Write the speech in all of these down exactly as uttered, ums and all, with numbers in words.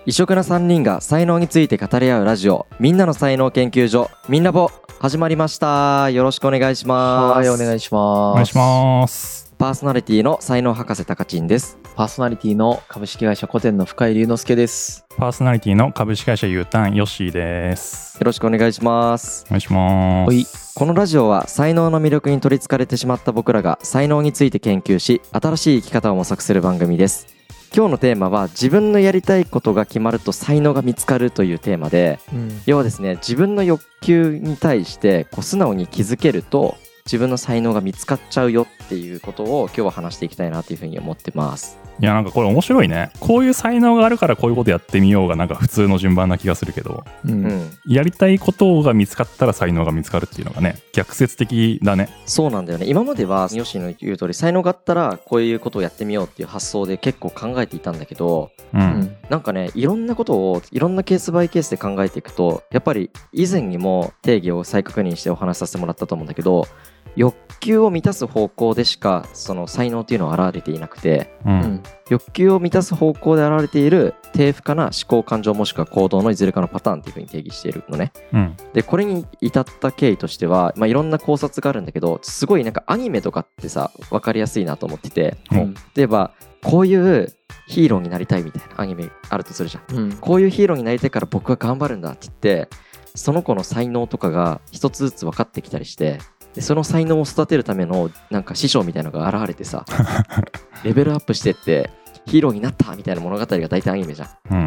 異色なさんにんが才能について語り合うラジオ、みんなの才能研究所みんなぼ始まりました。よろしくお願いします。 はい、お願いします。 お願いします。 パーソナリティの才能博士たかちんです。 パーソナリティの株式会社コテンの深井龍之介です。 パーソナリティの株式会社ユータンヨッシーです。 よろしくお願いします。 お願いします。 このラジオは才能の魅力に取りつかれてしまった僕らが才能について研究し、新しい生き方を模索する番組です。今日のテーマは自分のやりたいことが決まると才能が見つかるというテーマで、うん、要はですね、自分の欲求に対してこう素直に気づけると自分の才能が見つかっちゃうよっていうことを今日は話していきたいなというふうに思ってます。 いや、なんかこれ面白いね。こういう才能があるからこういうことやってみようがなんか普通の順番な気がするけど、うんうん、やりたいことが見つかったら才能が見つかるっていうのがね、逆説的だね。 そうなんだよね。今まではヨッシーの言う通り才能があったらこういうことをやってみようっていう発想で結構考えていたんだけど、うん、なんかね、いろんなことをいろんなケースバイケースで考えていくと、やっぱり以前にも定義を再確認してお話しさせてもらったと思うんだけど、欲求を満たす方向でしかその才能っていうのは現れていなくて、うん、欲求を満たす方向で現れている低負荷な思考感情もしくは行動のいずれかのパターンっていう風に定義しているのね、うん、でこれに至った経緯としては、まあ、いろんな考察があるんだけど、すごいなんかアニメとかってさ分かりやすいなと思ってて、うん、例えばこういうヒーローになりたいみたいなアニメあるとするじゃん、うん、こういうヒーローになりたいから僕は頑張るんだって言って、その子の才能とかが一つずつ分かってきたりして、でその才能を育てるためのなんか師匠みたいなのが現れてさレベルアップしてってヒーローになったみたいな物語が大体アニメじゃん、うんうん、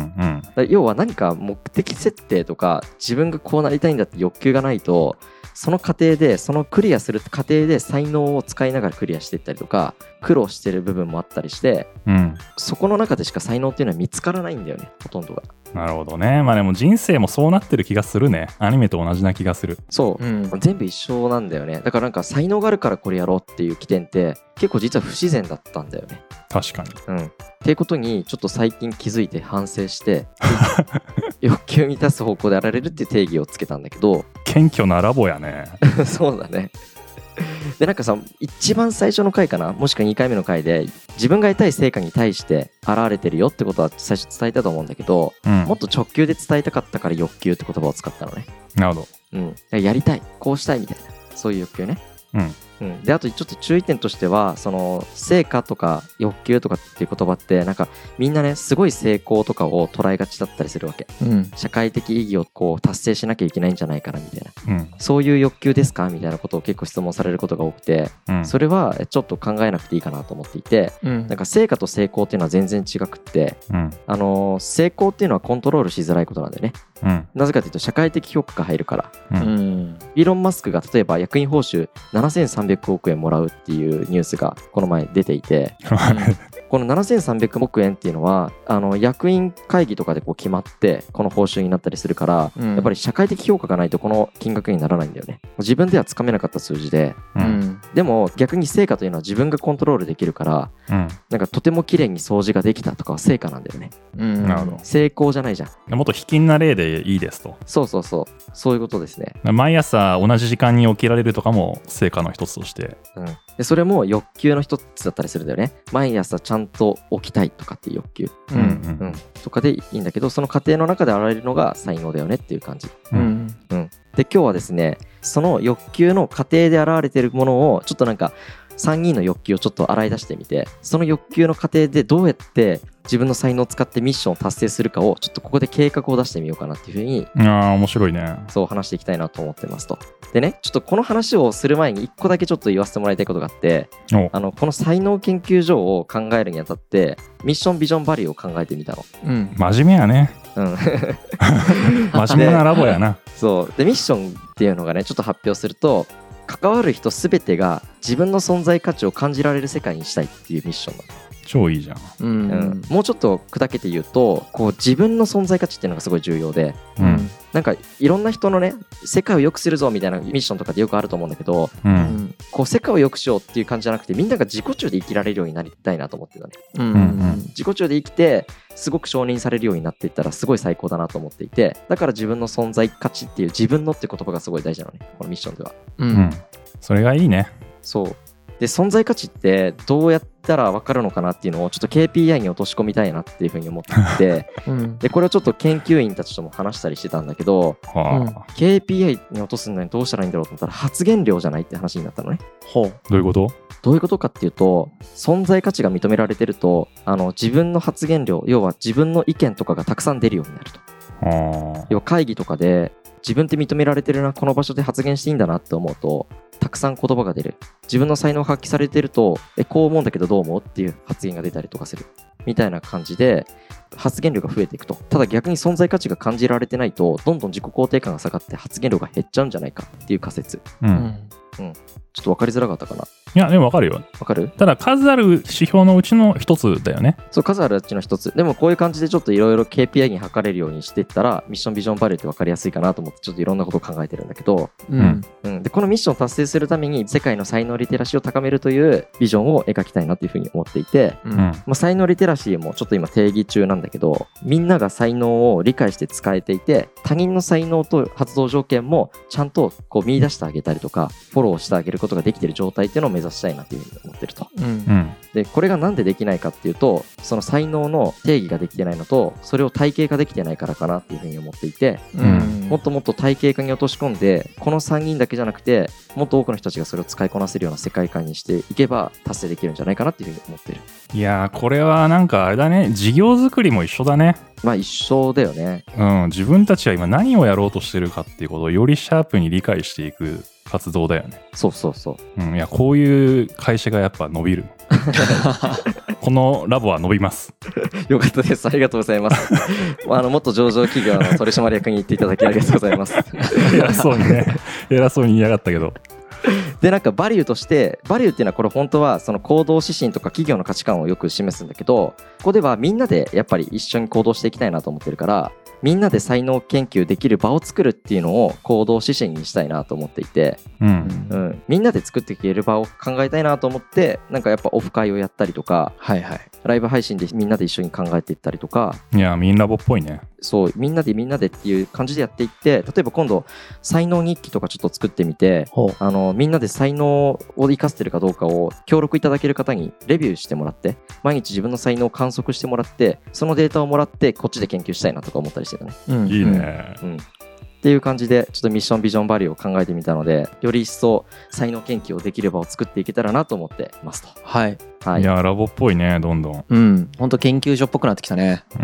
だ要は何か目的設定とか自分がこうなりたいんだって欲求がないと、その過程でそのクリアする過程で才能を使いながらクリアしていったりとか苦労してる部分もあったりして、うん、そこの中でしか才能っていうのは見つからないんだよね、ほとんどが。 なるほどね。まあでも人生もそうなってる気がするね。アニメと同じな気がする。 そう、うん、全部一緒なんだよね。だからなんか才能があるからこれやろうっていう起点って結構実は不自然だったんだよね。 確かに。 うん。っていうことにちょっと最近気づいて反省して欲求を満たす方向でやられるっていう定義をつけたんだけど。 謙虚なラボやね。 そうだね。でなんかさ、一番最初の回かな、もしくはにかいめの回で自分が得たい成果に対して現れてるよってことは最初伝えたと思うんだけど、うん、もっと直球で伝えたかったから欲求って言葉を使ったのね。 なるほど、 うん、やりたい、こうしたいみたいな、そういう欲求ね。うんうん、であとちょっと注意点としては、その成果とか欲求とかっていう言葉ってなんかみんなねすごい成功とかを捉えがちだったりするわけ、うん、社会的意義をこう達成しなきゃいけないんじゃないかなみたいな、うん、そういう欲求ですかみたいなことを結構質問されることが多くて、うん、それはちょっと考えなくていいかなと思っていて、うん、なんか成果と成功っていうのは全然違くって、うん、あのー、成功っていうのはコントロールしづらいことなんだよね、うん、なぜかというと社会的評価が入るから、うんうん、イーロン・マスクが例えば役員報酬ななせんさんびゃくおくえんもらうっていうニュースがこの前出ていてこのななせんさんびゃくおくえんっていうのはあの役員会議とかでこう決まってこの報酬になったりするから、うん、やっぱり社会的評価がないとこの金額にならないんだよね。自分ではつかめなかった数字で、うん、でも逆に成果というのは自分がコントロールできるから、うん、なんかとても綺麗に掃除ができたとかは成果なんだよね、うん、なるほど。成功じゃないじゃん。 もっと卑近な例でいいですと。 そうそうそう、そういうことですね。 毎朝同じ時間に起きられるとかも成果の一つとして、 うん、でそれも欲求の一つだったりするんだよね。毎朝ちゃんと起きたいとかっていう欲求、うんうんうん、とかでいいんだけど、その過程の中で現れるのが才能だよねっていう感じ、うんうん、で今日はですね、その欲求の過程で現れているものをちょっとなんかさんにんの欲求をちょっと洗い出してみて、その欲求の過程でどうやって自分の才能を使ってミッションを達成するかをちょっとここで計画を出してみようかなっていうふうに、 あー面白いね。 そう話していきたいなと思ってますと。でね、ちょっとこの話をする前にいっこだけちょっと言わせてもらいたいことがあって、あのこの才能研究所を考えるにあたってミッションビジョンバリューを考えてみたの、 うん、真面目やね、うん、真面目なラボやな。 そうでミッションっていうのがね、ちょっと発表すると、関わる人すべてが自分の存在価値を感じられる世界にしたいっていうミッションなの。 超いいじゃん、うんうん、もうちょっと砕けて言うと、こう自分の存在価値っていうのがすごい重要で、うん、なんかいろんな人のね、世界を良くするぞみたいなミッションとかでよくあると思うんだけど、うん、こう世界を良くしようっていう感じじゃなくて、みんなが自己中で生きられるようになりたいなと思ってたね、うんうん、自己中で生きてすごく承認されるようになっていったらすごい最高だなと思っていて、だから自分の存在価値っていう自分のって言葉がすごい大事なのね、このミッションでは、 うんうん、それがいいね。 そうで存在価値ってどうやったら分かるのかなっていうのをちょっと ケーピーアイ に落とし込みたいなっていうふうに思っていて、うん、でこれをちょっと研究員たちとも話したりしてたんだけど、はあ、ケーピーアイ に落とすのにどうしたらいいんだろうと思ったら発言量じゃないって話になったのね。 ほう。どういうこと？ どういうことかっていうと、存在価値が認められてると、あの自分の発言量、要は自分の意見とかがたくさん出るようになると。はあ、要は会議とかで自分って認められてるな、この場所で発言していいんだなって思うとたくさん言葉が出る。自分の才能が発揮されてると、えこう思うんだけどどう思うっていう発言が出たりとかするみたいな感じで発言量が増えていくと。ただ逆に存在価値が感じられてないとどんどん自己肯定感が下がって発言量が減っちゃうんじゃないかっていう仮説。うん、うん、ちょっと分かりづらかったかな。 いやでも分かるよ。 分かる？ ただ数ある指標のうちの一つだよね。 そう、数あるうちの一つ。でもこういう感じでちょっといろいろ ケーピーアイ に測れるようにしていったらミッションビジョンバリューって分かりやすいかなと思ってちょっといろんなことを考えてるんだけど、うんうん、でこのミッションを達成するために世界の才能リテラシーを高めるというビジョンを描きたいなっていうふうに思っていて、うんまあ、才能リテラシーもちょっと今定義中なんだけど、みんなが才能を理解して使えていて他人の才能と発動条件もちゃんとこう見出してあげたりとかフォローしてあげることができている状態っていうのを目指したいなっていうふうに思ってると、うん、でこれがなんでできないかっていうと、その才能の定義ができてないのとそれを体系化できてないからかなっていうふうに思っていて、うん、もっともっと体系化に落とし込んでこのさんにんだけじゃなくてもっと多くの人たちがそれを使いこなせるような世界観にしていけば達成できるんじゃないかなっていうふうに思ってる。 いやーこれはなんかあれだね、事業作りも一緒だね。 まあ一緒だよね、 うん、自分たちは今何をやろうとしてるかっていうことをよりシャープに理解していく活動だよね。 そうそうそう、 うん、いやこういう会社がやっぱ伸びるこのラボは伸びますよかったです、ありがとうございますあのもっと上場企業の取締役に言っていただきありがとうございます偉そうにね偉そうに言いやがったけどでなんかバリューとしてバリューっていうのはこれ本当はその行動指針とか企業の価値観をよく示すんだけど、ここではみんなでやっぱり一緒に行動していきたいなと思ってるから、みんなで才能研究できる場を作るっていうのを行動指針にしたいなと思っていて、うんうん、みんなで作っていける場を考えたいなと思って、なんかやっぱオフ会をやったりとか、はいはい、ライブ配信でみんなで一緒に考えていったりとか、 いやみんなボっぽいね。 そうみんなでみんなでっていう感じでやっていって、例えば今度才能日記とかちょっと作ってみて、あのみんなで才能を生かしてるかどうかを協力いただける方にレビューしてもらって、毎日自分の才能を観測してもらって、そのデータをもらってこっちで研究したいなとか思ったりしてるね、 うん、いいね、 うんうん、っていう感じでちょっとミッションビジョンバリューを考えてみたので、より一層才能研究をできる場を作っていけたらなと思ってますと。 はい、 はい、いやラボっぽいね、どんどん。 うん、本当研究所っぽくなってきたね。 うん。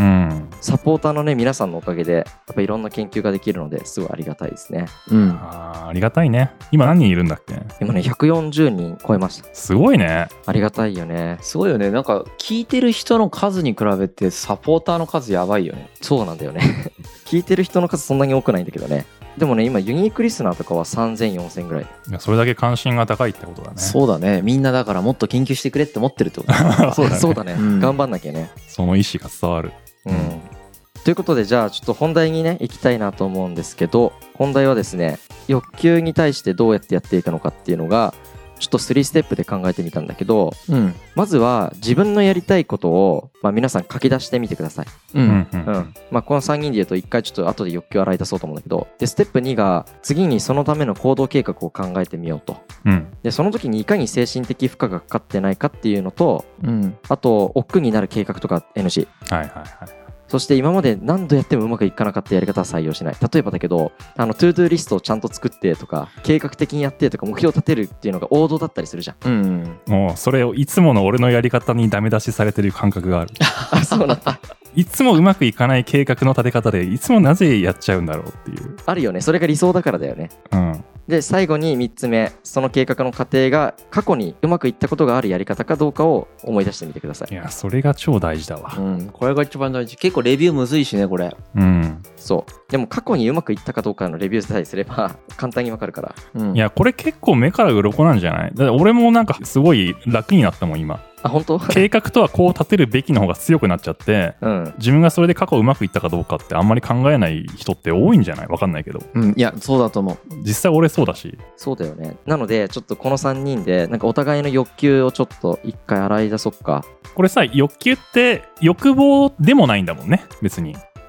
サポーターのね皆さんのおかげでやっぱいろんな研究ができるのですごいありがたいですね。 うん。あ, ありがたいね。今何人いるんだっけ？ 今ねひゃくよんじゅうにん超えました。 すごいね。 ありがたいよね。 すごいよね。なんか聞いてる人の数に比べてサポーターの数やばいよね。 そうなんだよね。聞いてる人の数そんなに多くないんだけどね。でもね今ユニークリスナーとかはさんぜんよんせんぐらい。 いやそれだけ関心が高いってことだね。 そうだね。みんなだからもっと研究してくれって思ってるってことだそうだね。 そうだね、うん、頑張んなきゃね。 その意思が伝わる、 うん、ということでじゃあちょっと本題にね行きたいなと思うんですけど、本題はですね欲求に対してどうやってやっていくのかっていうのがちょっとスリーステップで考えてみたんだけど、うん、まずは自分のやりたいことを、まあ、皆さん書き出してみてください、うんうんうんまあ、このさんにんで言うといっかいちょっと後で欲求を洗い出そうと思うんだけど、でステップにが次にそのための行動計画を考えてみようと、うん、でその時にいかに精神的負荷がかかってないかっていうのと、うん、あと億劫になる計画とか エヌシー、はいはいはい、そして今まで何度やってもうまくいかなかったやり方は採用しない。例えばだけどあのトゥードゥーリストをちゃんと作ってとか計画的にやってとか目標を立てるっていうのが王道だったりするじゃん、うん、 もうそれをいつもの俺のやり方にダメ出しされてる感覚があるあそうなんだいつもうまくいかない計画の立て方でいつもなぜやっちゃうんだろうっていうあるよね。それが理想だからだよね、うんで最後にみっつめ、その計画の過程が過去にうまくいったことがあるやり方かどうかを思い出してみてください。 いやそれが超大事だわ、 うん、これが一番大事。結構レビューむずいしねこれ。 うんそうでも過去にうまくいったかどうかのレビューさえすれば簡単にわかるから、 うん、いやこれ結構目から鱗なんじゃない？だって俺もなんかすごい楽になったもん今。 あ本当？ 計画とはこう立てるべきの方が強くなっちゃって、うん、自分がそれで過去うまくいったかどうかってあんまり考えない人って多いんじゃない？わかんないけど、 うん、いやそうだと思う。 実際俺そうだし。 そうだよね。なのでちょっとこのさんにんでなんかお互いの欲求をちょっと一回洗い出そっか。 これさ欲求って欲望でもないんだもんね別に。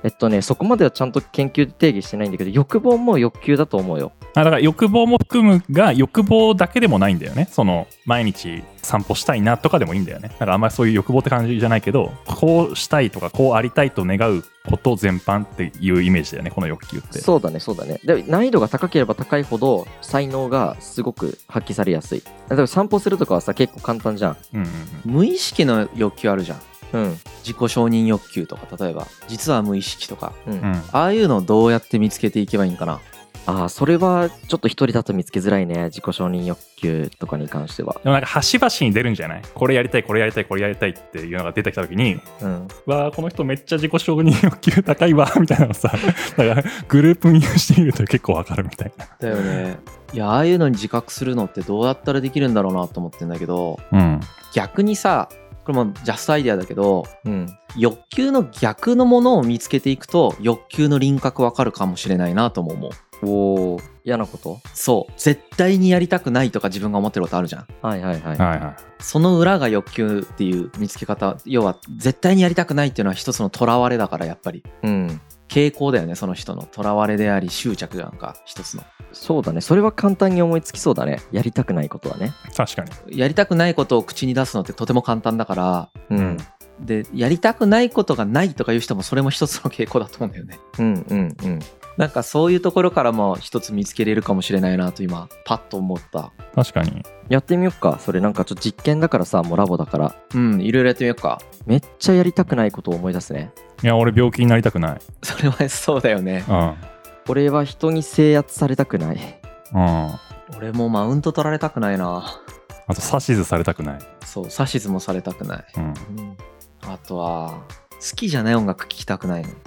えっとねそこまではちゃんと研究で定義してないんだけど、欲望も欲求だと思うよ。 あだから欲望も含むが欲望だけでもないんだよね。その毎日散歩したいなとかでもいいんだよね。だからあんまりそういう欲望って感じじゃないけど、こうしたいとかこうありたいと願うこと全般っていうイメージだよね、この欲求って。 そうだねそうだね。で難易度が高ければ高いほど才能がすごく発揮されやすい。例えば散歩するとかはさ結構簡単じゃん。 うんうんうん、無意識の欲求あるじゃん。うん、自己承認欲求とか、例えば実は無意識とか、うん、ああいうのをどうやって見つけていけばいいんかな。 ああそれはちょっと一人だと見つけづらいね、自己承認欲求とかに関しては。 でもなんか端々に出るんじゃない？これやりたいこれやりたいこれやりたいっていうのが出てきた時に、うん、わあこの人めっちゃ自己承認欲求高いわみたいなのさだからグループ見してみると結構わかるみたいな。 だよね。いやああいうのに自覚するのってどうやったらできるんだろうなと思ってんだけど、うん、逆にさこれもジャストアイデアだけど、うん、欲求の逆のものを見つけていくと欲求の輪郭わかるかもしれないなとも思う。 おー、嫌なこと？ そう、絶対にやりたくないとか自分が思ってることあるじゃん。 はいはいはい、 はいはい、 その裏が欲求っていう見つけ方、要は絶対にやりたくないっていうのは一つの囚われだから、やっぱり、うん、傾向だよね。その人の囚われであり執着なんか一つの。 そうだね、それは簡単に思いつきそうだね。やりたくないことはね。 確かにやりたくないことを口に出すのってとても簡単だから、うん、でやりたくないことがないとかいう人もそれも一つの傾向だと思うんだよね。うんうんうん。なんかそういうところからも一つ見つけれるかもしれないなと今パッと思った。 確かにやってみよっか。それなんかちょっと実験だからさ、もうラボだから、 うんいろいろやってみよっか。 めっちゃやりたくないことを思い出すね。 いや俺病気になりたくない。 それはそうだよね。うん。 俺は人に制圧されたくない。 うん。俺もマウント取られたくないな。 あと指図されたくない。 そう、指図もされたくない。うん。うん、あとは好きじゃない音楽聴きたくないの。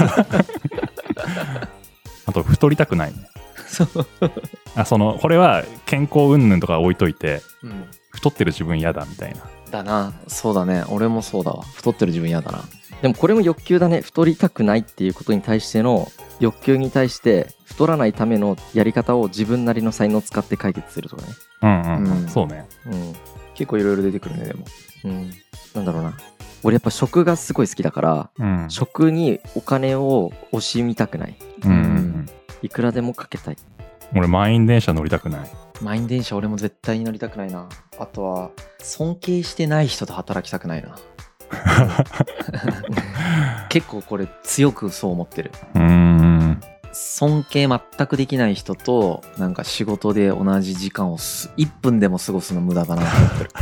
あと太りたくないね。そうあそのこれは健康云々とか置いといて、うん、太ってる自分嫌だみたいな。 だな。そうだね、俺もそうだわ。太ってる自分嫌だな。 でもこれも欲求だね。太りたくないっていうことに対しての欲求に対して太らないためのやり方を自分なりの才能を使って解決するとかね。 うんうん、うん、そうね、 うん、結構いろいろ出てくるね。でも、 うん、なんだろうな、俺やっぱ食がすごい好きだから、うん、食にお金を惜しみたくない、うんうんうん、いくらでもかけたい。 俺満員電車乗りたくない。 満員電車俺も絶対に乗りたくないな。あとは尊敬してない人と働きたくないな。結構これ強くそう思ってる。うーん、尊敬全くできない人となんか仕事で同じ時間をいっぷんでも過ごすの無駄だなと思ってる。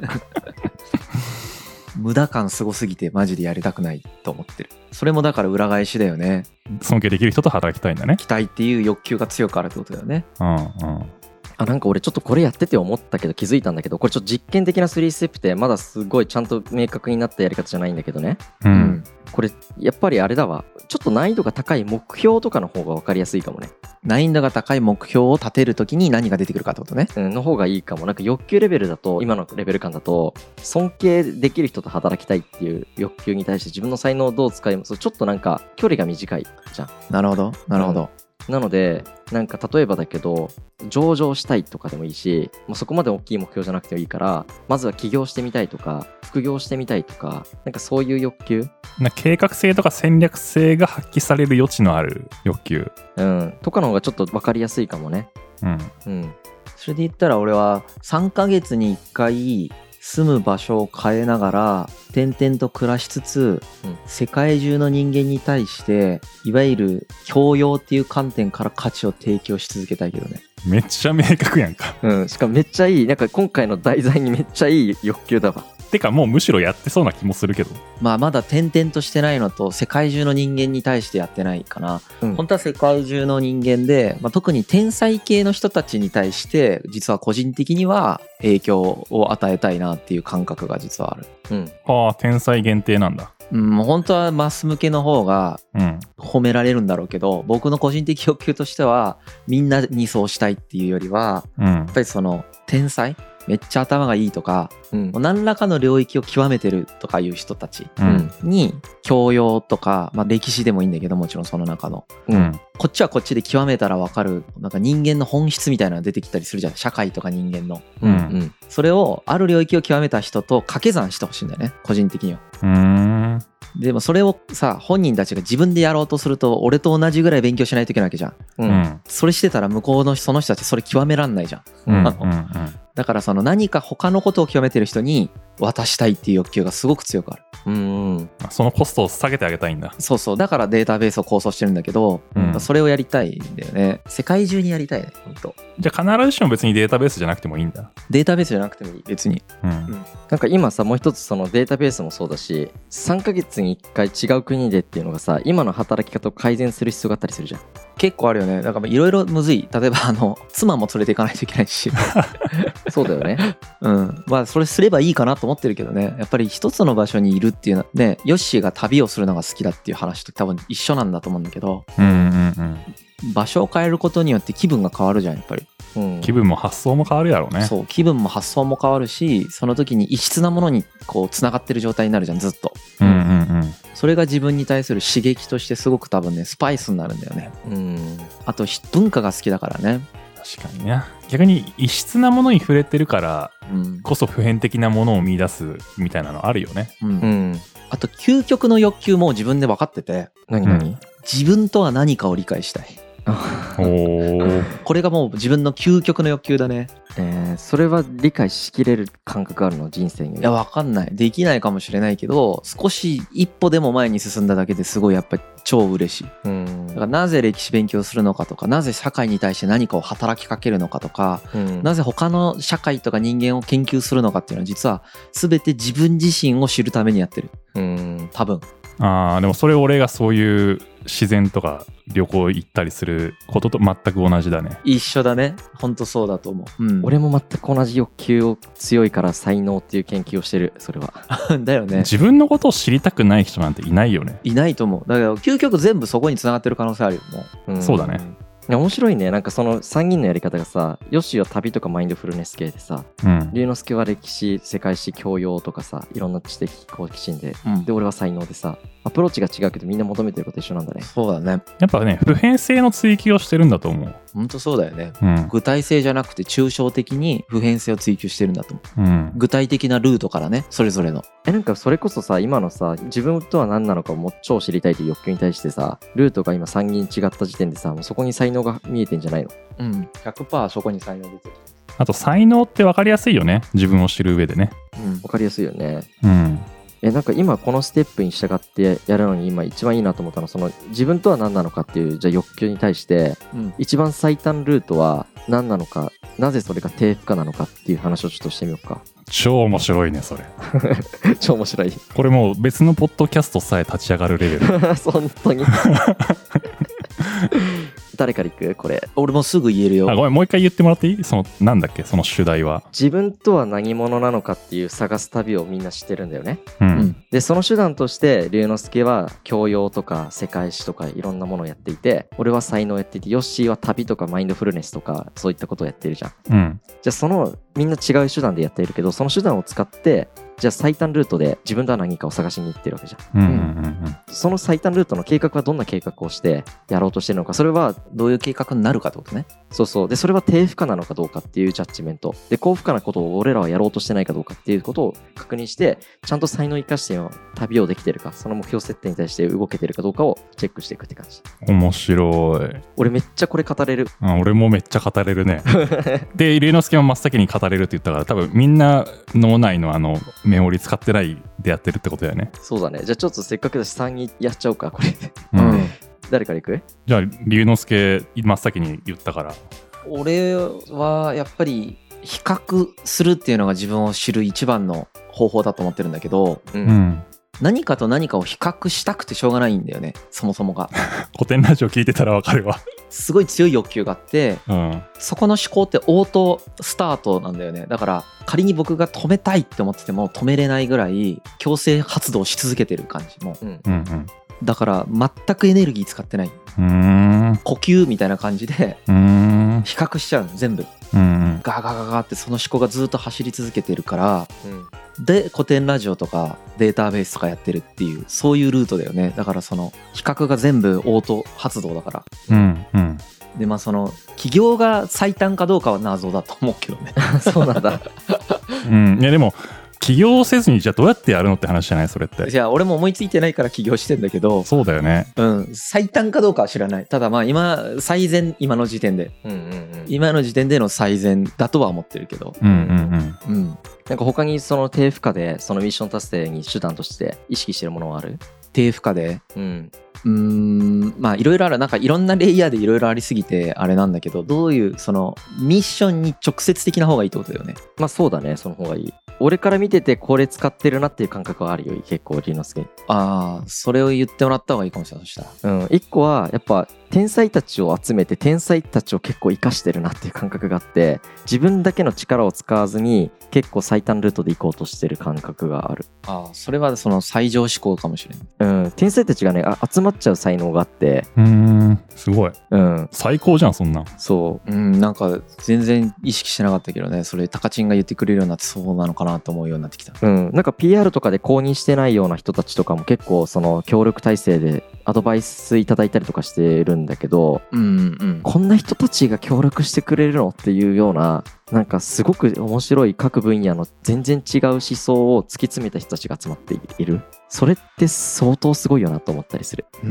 無駄感すごすぎてマジでやりたくないと思ってる。それもだから裏返しだよね。 尊敬できる人と働きたいんだね。 期待っていう欲求が強くあるってことだよね。うんうん。 あ、なんか俺ちょっとこれやってて思ったけど気づいたんだけど、これちょっと実験的なスリーステップってまだすごいちゃんと明確になったやり方じゃないんだけどね。うん。これやっぱりあれだわ。ちょっと難易度が高い目標とかの方が分かりやすいかもね。 難易度が高い目標を立てるときに何が出てくるかってことね。 うん、の方がいいかも。なんか欲求レベルだと、今のレベル感だと尊敬できる人と働きたいっていう欲求に対して自分の才能をどう使います、ちょっとなんか距離が短いじゃん。 なるほどなるほど、 うん、なのでなんか例えばだけど上場したいとかでもいいし、もうそこまで大きい目標じゃなくてもいいから、まずは起業してみたいとか副業してみたいとか、なんかそういう欲求、 な計画性とか戦略性が発揮される余地のある欲求、 うん、とかの方がちょっと分かりやすいかもね。うんうん。それで言ったら俺はさんかげつにいっかい住む場所を変えながら転々と暮らしつつ、うん、世界中の人間に対していわゆる教養っていう観点から価値を提供し続けたいけどね。 めっちゃ明確やんか。 うん、しかもめっちゃいい、なんか今回の題材にめっちゃいい欲求だわ。 てかもうむしろやってそうな気もするけど、 まあまだ転々としてないのと世界中の人間に対してやってないかな、うん、本当は世界中の人間で、まあ、特に天才系の人たちに対して実は個人的には影響を与えたいなっていう感覚が実はある。 うん、ああ天才限定なんだ。 うん、本当はマス向けの方が褒められるんだろうけど、うん、僕の個人的欲求としてはみんなにそうしたいっていうよりは、うん、やっぱりその天才めっちゃ頭がいいとか、うん、何らかの領域を極めてるとかいう人たちに教養とか、まあ、歴史でもいいんだけどもちろんその中の、うん、こっちはこっちで極めたら分かるなんか人間の本質みたいなのが出てきたりするじゃん、社会とか人間の、うんうん、それをある領域を極めた人と掛け算してほしいんだよね個人的には。うーんでもそれをさ本人たちが自分でやろうとすると俺と同じぐらい勉強しないといけないわけじゃん、うん、それしてたら向こうのその人たちそれ極めらんないじゃん、うんうんうん、だからその何か他のことを極めてる人に渡したいっていう欲求がすごく強くある。 うん、そのコストを下げてあげたいんだ。 そうそう、だからデータベースを構想してるんだけど、うん、それをやりたいんだよね。世界中にやりたいね、本当。 じゃあ必ずしも別にデータベースじゃなくてもいいんだ。 データベースじゃなくてもいい、別に、 うんうん、なんか今さもう一つそのデータベースもそうだしさんかげつにいっかい違う国でっていうのがさ今の働き方を改善する必要があったりするじゃん。 結構あるよね。だからいろいろむずい。例えばあの妻も連れていかないといけないしそうだよね。 うんまあそれすればいいかなと思ってるけどね。やっぱり一つの場所にいるっていうのはね、ヨッシーが旅をするのが好きだっていう話と多分一緒なんだと思うんだけど、うんうんうん、場所を変えることによって気分が変わるじゃんやっぱり、 うん、気分も発想も変わるやろうね。 そう気分も発想も変わるし、その時に異質なものにこうつながってる状態になるじゃんずっと、うんうんうん、それが自分に対する刺激としてすごく多分ねスパイスになるんだよね、うん、あと文化が好きだからね。 確かにね。逆に異質なものに触れてるからこそ普遍的なものを見出すみたいなのあるよね、うんうん、 あと究極の欲求も自分で分かってて、 何何、うん、 自分とは何かを理解したいおこれがもう自分の究極の欲求だね。 えー、それは理解しきれる感覚あるの人生に？ いや分かんない、できないかもしれないけど少し一歩でも前に進んだだけですごいやっぱり超嬉しい。うんだからなぜ歴史勉強するのかとか、なぜ社会に対して何かを働きかけるのかとか、うん、なぜ他の社会とか人間を研究するのかっていうのは実は全て自分自身を知るためにやってる。うん多分あーでもそれ俺がそういう自然とか旅行行ったりすることと全く同じだね。 一緒だね、ほんとそうだと思う、うん、 俺も全く同じ欲求を強いから才能っていう研究をしてる。それはだよね。 自分のことを知りたくない人なんていないよね。 いないと思う。だから究極全部そこに繋がってる可能性あるよもう、うん、そうだね。 面白いね。なんかそのさんにんのやり方がさ、ヨッシーは旅とかマインドフルネス系でさ、うん、龍之介は歴史世界史教養とかさ、いろんな知的好奇心で、うん、で俺は才能でさ、アプローチが違うけどみんな求めてること一緒なんだね。 そうだね。 やっぱね普遍性の追求をしてるんだと思う。 ほんとそうだよね、うん、具体性じゃなくて抽象的に普遍性を追求してるんだと思う、うん、具体的なルートからね、それぞれの。 えなんかそれこそさ、今のさ自分とは何なのかをもう超知りたいという欲求に対してさ、ルートが今さんにん違った時点でさ、もうそこに才能が見えてんじゃないの？ うん、ひゃくパーセント そこに才能出てる。 あと才能って分かりやすいよね、自分を知る上でね、 うん、分かりやすいよね。うんえなんか今このステップに従ってやるのに今一番いいなと思ったのは、その自分とは何なのかっていうじゃあ欲求に対して、うん、一番最短ルートは何なのか、なぜそれが低負荷なのかっていう話をちょっとしてみようか。 超面白いねそれ超面白い。 これもう別のポッドキャストさえ立ち上がるレベル本当に誰から行く？これ俺もすぐ言えるよ。 あごめん、もう一回言ってもらっていい？そのなんだっけその主題は。 自分とは何者なのかっていう探す旅をみんなしてるんだよね、うん、でその手段として龍之介は教養とか世界史とかいろんなものをやっていて、俺は才能をやっていて、ヨッシーは旅とかマインドフルネスとかそういったことをやってるじゃん、うん、じゃあそのみんな違う手段でやっているけど、その手段を使ってじゃあ最短ルートで自分とは何かを探しに行ってるわけじゃん、うんうんうん、その最短ルートの計画はどんな計画をしてやろうとしてるのか、それはどういう計画になるかってことね。 そうそうでそれは低負荷なのかどうかっていうジャッジメントで、高負荷なことを俺らはやろうとしてないかどうかっていうことを確認して、ちゃんと才能を生かして旅をできてるか、その目標設定に対して動けてるかどうかをチェックしていくって感じ。 面白い。 俺めっちゃこれ語れる。 あ俺もめっちゃ語れるねで龍之介も真っ先に語れるって言ったから、多分みんな脳内のあのメモリ使ってないでやってるってことだよね。 そうだね。じゃあちょっとせっかくだしさんにやっちゃおうかこれ、うん、誰からいく？ じゃあ龍之介真っ先に言ったから。 俺はやっぱり比較するっていうのが自分を知る一番の方法だと思ってるんだけど、うん、何かと何かを比較したくてしょうがないんだよね、そもそもが古典ラジオ聞いてたらわかるわすごい強い欲求があって、うん、そこの思考ってオートスタートなんだよね。だから仮に僕が止めたいって思ってても止めれないぐらい強制発動し続けてる感じも、うんうんうん、だから全くエネルギー使ってない、うーん呼吸みたいな感じでうーん比較しちゃうの全部、うんうん、ガーガーガーガーってその思考がずっと走り続けてるから、うん、で古典ラジオとかデータベースとかやってるっていうそういうルートだよね。だからその比較が全部オート発動だから、うんうん、でまあその起業が最短かどうかは謎だと思うけどねそうなんだうん、いやでも起業せずにじゃあどうやってやるのって話じゃないそれって。 じゃあ俺も思いついてないから起業してんだけど。 そうだよね。 うん。最短かどうかは知らない。ただまあ今最善、今の時点で、うんうんうん、今の時点での最善だとは思ってるけど。 うんうんうん。うん。 なんか他にその低負荷でそのミッション達成に手段として意識してるものはある？ 低負荷で？ うん。 うーんまあいろいろある。なんかいろんなレイヤーでいろいろありすぎてあれなんだけど、どういうそのミッションに直接的な方がいいってことだよね。 まあそうだね、その方がいい。俺から見ててこれ使ってるなっていう感覚はあるよ、結構龍之介。 ああ、それを言ってもらった方がいいかもしれない。そしたらうん、一個はやっぱ天才たちを集めて天才たちを結構生かしてるなっていう感覚があって、自分だけの力を使わずに結構最短ルートで行こうとしてる感覚がある。 ああ、それはその最上志向かもしれない。 うん、天才たちがねあ集まっちゃう才能があって、 うーんすごい、 うん、 最高じゃんそんな。 そう、 うん、なんか全然意識してなかったけどね、それタカチンが言ってくれるようになってそうなのかなと思うようになってきた。 うん、なんか ピーアール とかで公認してないような人たちとかも結構その協力体制でアドバイスいただいたりとかしてるんだけど、 うんうん、 こんな人たちが協力してくれるのっていうような、なんかすごく面白い各分野の全然違う思想を突き詰めた人たちが集まっている。それって相当すごいよなと思ったりする。 うん、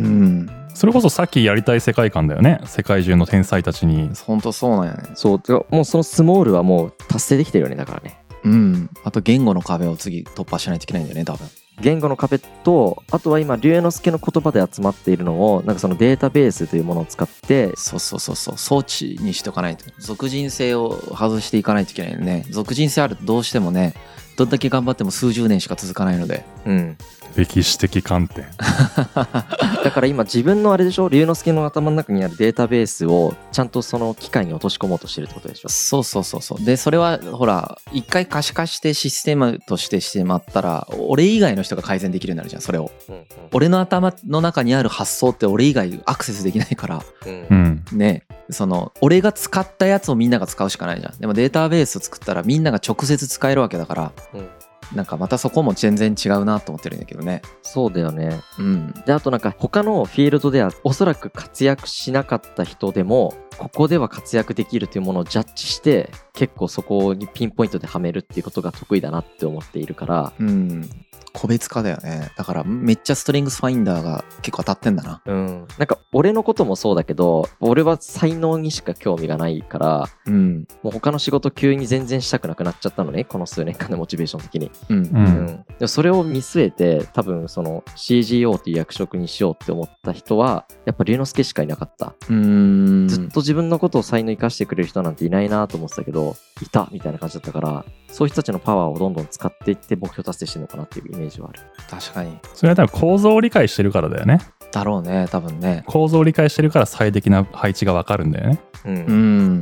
それこそさっきやりたい世界観だよね。世界中の天才たちに。 本当そうなんやね。 そう、もうそのスモールはもう達成できてるよね。だからね。 うん、あと言語の壁を次突破しないといけないんだよね、多分。 言語の壁と、あとは今龍之介の言葉で集まっているのをなんかそのデータベースというものを使って、 そうそうそうそう、装置にしとかないと。属人性を外していかないといけないよね。属人性あるとどうしてもね、どんだけ頑張っても数十年しか続かないので。 うん。 歴史的観点だから今自分のあれでしょ、龍之介の頭の中にあるデータベースをちゃんとその機械に落とし込もうとしてるってことでしょ。 そうそうそうそう。でそれはほら一回可視化してシステムとしてしてまったら、俺以外の人が改善できるようになるじゃん。それを、うんうん、俺の頭の中にある発想って俺以外アクセスできないから、 うん、 ね、その俺が使ったやつをみんなが使うしかないじゃん。でもデータベースを作ったらみんなが直接使えるわけだから、うん、なんかまたそこも全然違うなと思ってるんだけどね。 そうだよね。 うん。 であとなんか他のフィールドではおそらく活躍しなかった人でもここでは活躍できるというものをジャッジして結構そこにピンポイントではめるっていうことが得意だなって思っているから。 うん。個別化だよね。だからめっちゃストレングスファインダーが結構当たってんだな。 うん。なんか俺のこともそうだけど、俺は才能にしか興味がないから、 うん、 もう他の仕事急に全然したくなくなっちゃったのね、この数年間でモチベーション的に。 うん。うんうん、でもそれを見据えて多分その シージーオー っていう役職にしようって思った人はやっぱ龍之介しかいなかった。 うーん。 ずっと自分のことを才能生かしてくれる人なんていないなと思ってたけど、いたみたいな感じだったから、そういう人たちのパワーをどんどん使っていって目標達成してるのかなっていうイメージはある。 確かに。 それは多分構造を理解してるからだよね。 だろうね、多分ね。 構造を理解してるから最適な配置が分かるんだよね。 うん。 うん。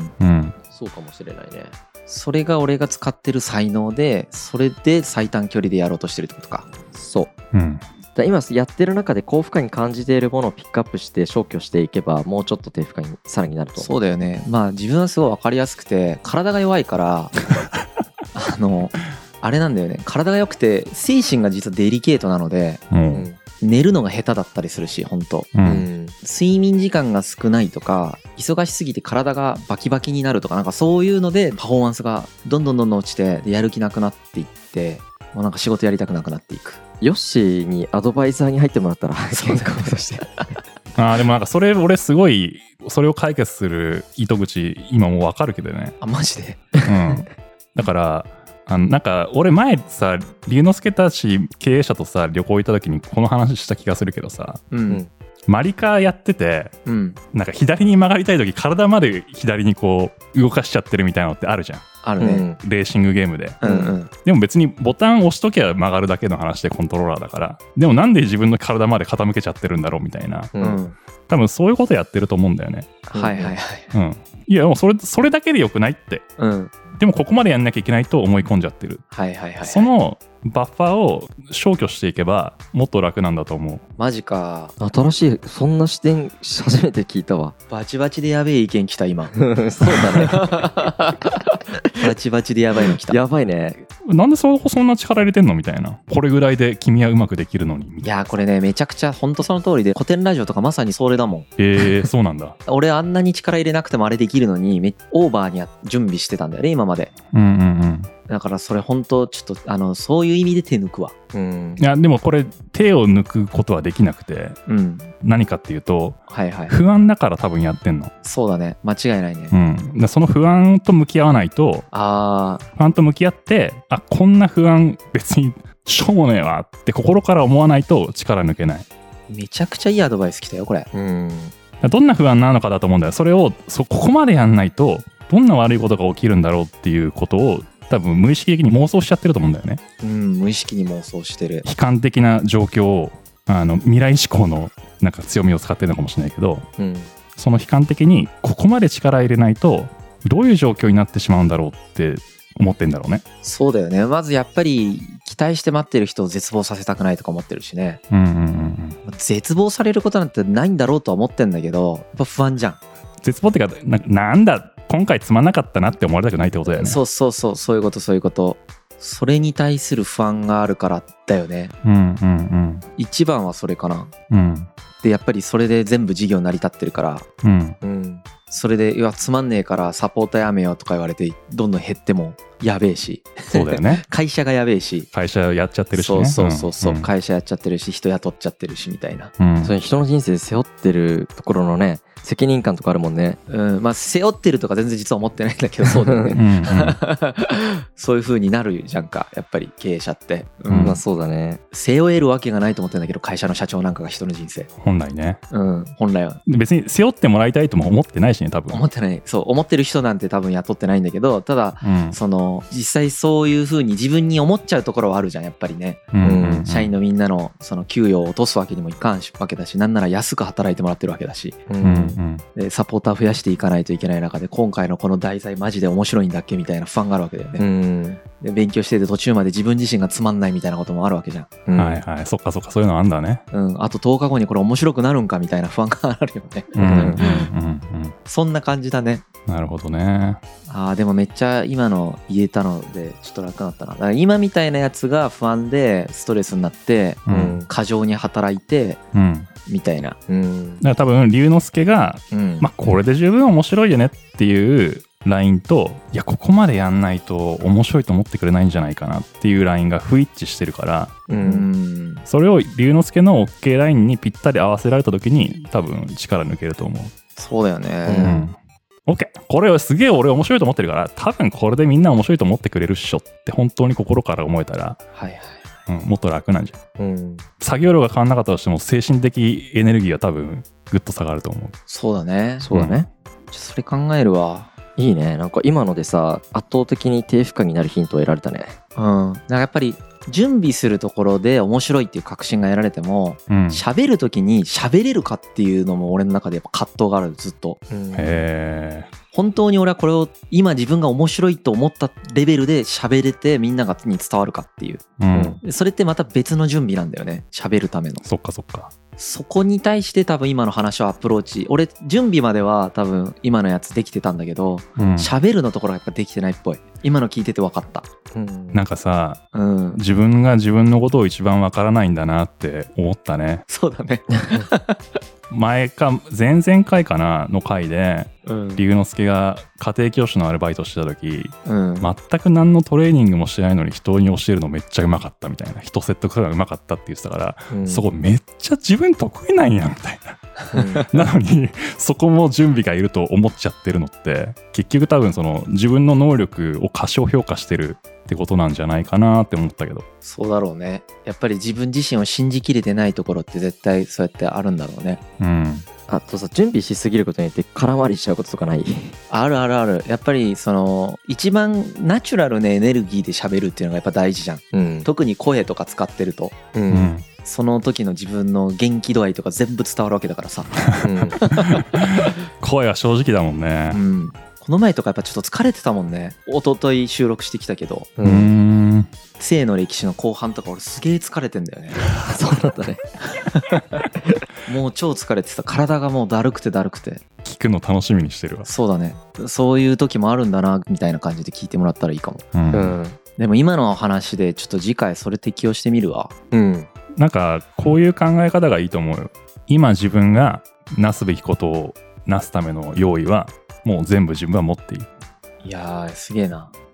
うん。 そうかもしれないね。 それが俺が使ってる才能で、それで最短距離でやろうとしてるってことか。 そう。 うん。 だ今やってる中で高負荷に感じているものをピックアップして消去していけばもうちょっと低負荷にさらになると思う。 そうだよね。まあ自分はすごい分かりやすくて体が弱いからあのあれなんだよね。体が良くて精神が実はデリケートなので、 うん、 寝るのが下手だったりするし、本当、 うん、 睡眠時間が少ないとか忙しすぎて体がバキバキになるとか、なんかそういうのでパフォーマンスがどんどんどんどん落ちてやる気なくなっていって、もうなんか仕事やりたくなくなっていく。 ヨッシーにアドバイザーに入ってもらったら健康としてあでもなんかそれ俺すごいそれを解決する糸口今もう分かるけどね。 あマジで、 うん、だからあのなんか俺前さ龍之介たち経営者とさ旅行行った時にこの話した気がするけどさ、 うん、 マリカーやってて、 うん、 なんか左に曲がりたい時体まで左にこう動かしちゃってるみたいなのってあるじゃん。 あるね、うん、 レーシングゲームで、 うんうん、 でも別にボタン押しときゃ曲がるだけの話でコントローラーだから、でもなんで自分の体まで傾けちゃってるんだろうみたいな、 うん、 多分そういうことやってると思うんだよね。 はいはいはい、 うん、いやもうそれそれだけでよくないって、 うん、 でもここまでやんなきゃいけないと思い込んじゃってる、 はいはいはいはい、 そのバッファーを消去していけばもっと楽なんだと思う。 マジか。 新しいそんな視点初めて聞いたわ。 バチバチでやべえ意見来た今そうだねバチバチでやばいの来た。 やばいね。 なんでそこそんな力入れてんのみたいな。これぐらいで君はうまくできるのに。 いやこれねめちゃくちゃほんとその通りで、古典ラジオとかまさにそれだもん。 えー、そうなんだ俺あんなに力入れなくてもあれできるのにめオーバーに準備してたんだよね今まで。 うんうんうん。 だからそれ本当ちょっとあのそういう意味で手抜くわ。 うん、いやでもこれ手を抜くことはできなくて、うん、何かっていうと、はいはい、不安だから多分やってんの。 そうだね、間違いないね、 うん、だその不安と向き合わないと、あ不安と向き合って、あこんな不安別にしょうもねえわって心から思わないと力抜けない。 めちゃくちゃいいアドバイス来たよこれ。うん、 どんな不安なのかだと思うんだよ。それをそここまでやんないとどんな悪いことが起きるんだろうっていうことを多分無意識的に妄想しちゃってると思うんだよね。 うん、無意識に妄想してる。 悲観的な状況をあの未来志向のなんか強みを使ってるのかもしれないけど、うん、その悲観的にここまで力入れないとどういう状況になってしまうんだろうって思ってんだろうね。 そうだよね。まずやっぱり期待して待ってる人を絶望させたくないとか思ってるしね、うんうんうん、絶望されることなんてないんだろうとは思ってんだけど、やっぱ不安じゃん。 絶望ってか な, なんだ今回つまんなかったなって思われたくないってことだよね。 そうそうそう、そういうことそういうこと。それに対する不安があるからだよね。うんうんうん。一番はそれかな。うん。でやっぱりそれで全部事業成り立ってるから。うんうん。それでいやつまんねえからサポーターやめようとか言われてどんどん減ってもやべえし。 そうだよね。 会社がやべえし。 会社やっちゃってるしね。 そうそうそうそう、うん、会社やっちゃってるし人雇っちゃってるしみたいな。 うん、それ人の人生背負ってるところのね。責任感とかあるもんね。 うん、まあ背負ってるとか全然実は思ってないんだけど、そうだよね。うん、うん、そういう風になるじゃんか、やっぱり経営者って。 うん、まあそうだね。 背負えるわけがないと思ってるんだけど、会社の社長なんかが人の人生。 本来ね。 うん、本来は。 別に背負ってもらいたいとも思ってないしね、多分。 思ってない。そう、思ってる人なんて多分雇ってないんだけど、ただ、うん、その実際そういう風に自分に思っちゃうところはあるじゃん、やっぱりね。うんうんうん、社員のみんなのその給与を落とすわけにもいかんわけだし、なんなら安く働いてもらってるわけだし。うんうん、でサポポーター増やしていかないといけない中で今回のこの題材マジで面白いんだっけみたいな不安があるわけだよね。うんで勉強してて途中まで自分自身がつまんないみたいなこともあるわけじゃん、 うん、はいはい、そっかそっか、そういうのあんだね。 うんあととおかごにこれ面白くなるんかみたいな不安があるよね。うんうんうんうん、そんな感じだね。 なるほどね。 あーでもめっちゃ今の言えたのでちょっと楽になったな。だから今みたいなやつが不安でストレスになって、うん、過剰に働いて、うんみたいな、うん、 だから多分龍之介が、うん、まあこれで十分面白いよねっていうラインと、いやここまでやんないと面白いと思ってくれないんじゃないかなっていうラインが不一致してるから、うん、それを龍之介の OK ラインにぴったり合わせられた時に多分力抜けると思う。 そうだよね、 うん、OK これすげえ俺面白いと思ってるから多分これでみんな面白いと思ってくれるっしょって本当に心から思えたら、はいはいうん、もっと楽なんじゃん、うん、作業量が変わんなかったとしても精神的エネルギーは多分グッと下がると思う。 そうだねそうだね、 うん、それ考えるわ。 いいね。なんか今のでさ圧倒的に低負荷になるヒントを得られたね。 うんだからやっぱり準備するところで面白いっていう確信が得られても喋、うん、る時に喋れるかっていうのも俺の中でやっぱ葛藤があるずっと、うん、へー本当に俺はこれを今自分が面白いと思ったレベルで喋れてみんながに伝わるかっていう、うん、それってまた別の準備なんだよね喋るための。 そっかそっか。 そこに対して多分今の話をアプローチ俺準備までは多分今のやつできてたんだけど喋、うん、るのところはやっぱできてないっぽい。今の聞いてて分かった、 うん、なんかさ、うん、自分が自分のことを一番分からないんだなって思ったね。 そうだね前か前々回かなの回で龍之介が家庭教師のアルバイトしてた時、うん、全く何のトレーニングもしてないのに人に教えるのめっちゃうまかったみたいな、人説得するのがうまかったって言ってたから、うん、そこめっちゃ自分得意なんやみたいな、うん、なのにそこも準備がいると思っちゃってるのって結局多分その自分の能力を過小評価してるってことなんじゃないかなって思ったけど。 そうだろうね。やっぱり自分自身を信じきれてないところって絶対そうやってあるんだろうね。うん。 あとさ準備しすぎることによって空回りしちゃうこととかない？ あるあるある。やっぱりその一番ナチュラルなエネルギーで喋るっていうのがやっぱ大事じゃん、うん、特に声とか使ってると、うんうん、その時の自分の元気度合いとか全部伝わるわけだからさ、うん、 声は正直だもんね、うん、 この前とかやっぱちょっと疲れてたもんね。一昨日収録してきたけど、うん、生の歴史の後半とか俺すげえ疲れてんだよねそうなんだねもう超疲れてた。体がもうだるくてだるくて聞くの楽しみにしてるわ。 そうだね。そういう時もあるんだなみたいな感じで聞いてもらったらいいかも、うんうん、でも今の話でちょっと次回それ適用してみるわ。うんなんかこういう考え方がいいと思うよ。今自分がなすべきことをなすための用意はもう全部自分は持っている。 いやーすげえな。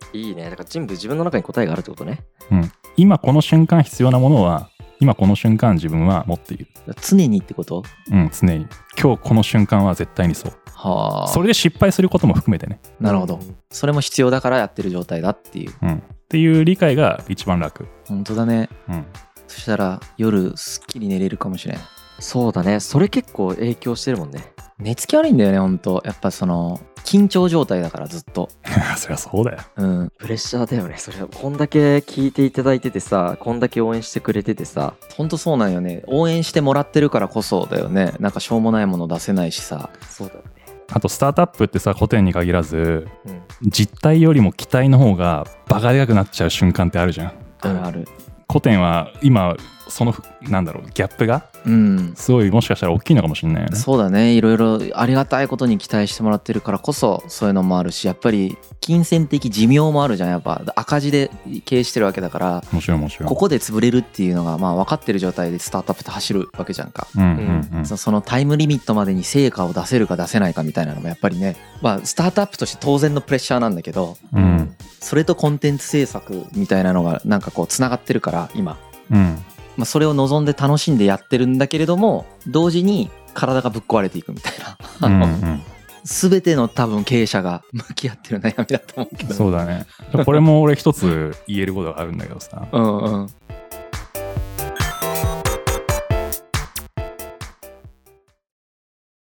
いいね。だから全部自分の中に答えがあるってことね。 うん。今この瞬間必要なものは今この瞬間自分は持っている。 常にってこと？ うん、常に。今日この瞬間は絶対にそう。はあ。それで失敗することも含めてね。 なるほど。それも必要だからやってる状態だっていう。 うん。っていう理解が一番楽。 本当だね。うん。そしたら夜すっきり寝れるかもしれん。 そうだね。それ結構影響してるもんね。 寝つき悪いんだよね、ほんと。やっぱその緊張状態だからずっと。 そりゃそうだよ。 うん。プレッシャーだよね。それこんだけ聞いていただいててさ、こんだけ応援してくれててさ。 ほんとそうなんよね。応援してもらってるからこそだよね。なんかしょうもないもの出せないしさ。 そうだよね。 あとスタートアップってさ、古典に限らず、うん、実態よりも期待の方がバカでかくなっちゃう瞬間ってあるじゃん。 あるある。 古典は今そのなんだろうギャップがすごいもしかしたら大きいのかもしれないよね。 そうだね。いろいろありがたいことに期待してもらってるからこそそういうのもあるし、やっぱり金銭的寿命もあるじゃん。やっぱ赤字で経営してるわけだから、 もちろんもちろんここで潰れるっていうのがまあ分かってる状態でスタートアップって走るわけじゃんか。うんうんうん、そ, そのタイムリミットまでに成果を出せるか出せないかみたいなのもやっぱりね、まあスタートアップとして当然のプレッシャーなんだけど、うん、それとコンテンツ制作みたいなのがなんかこうつながってるから今。うんまあ、それを望んで楽しんでやってるんだけれども同時に体がぶっ壊れていくみたいなあの、うんうん、全ての多分経営者が向き合ってる悩みだと思うけど。 そうだね。これも俺一つ言えることがあるんだけどさうん、うん、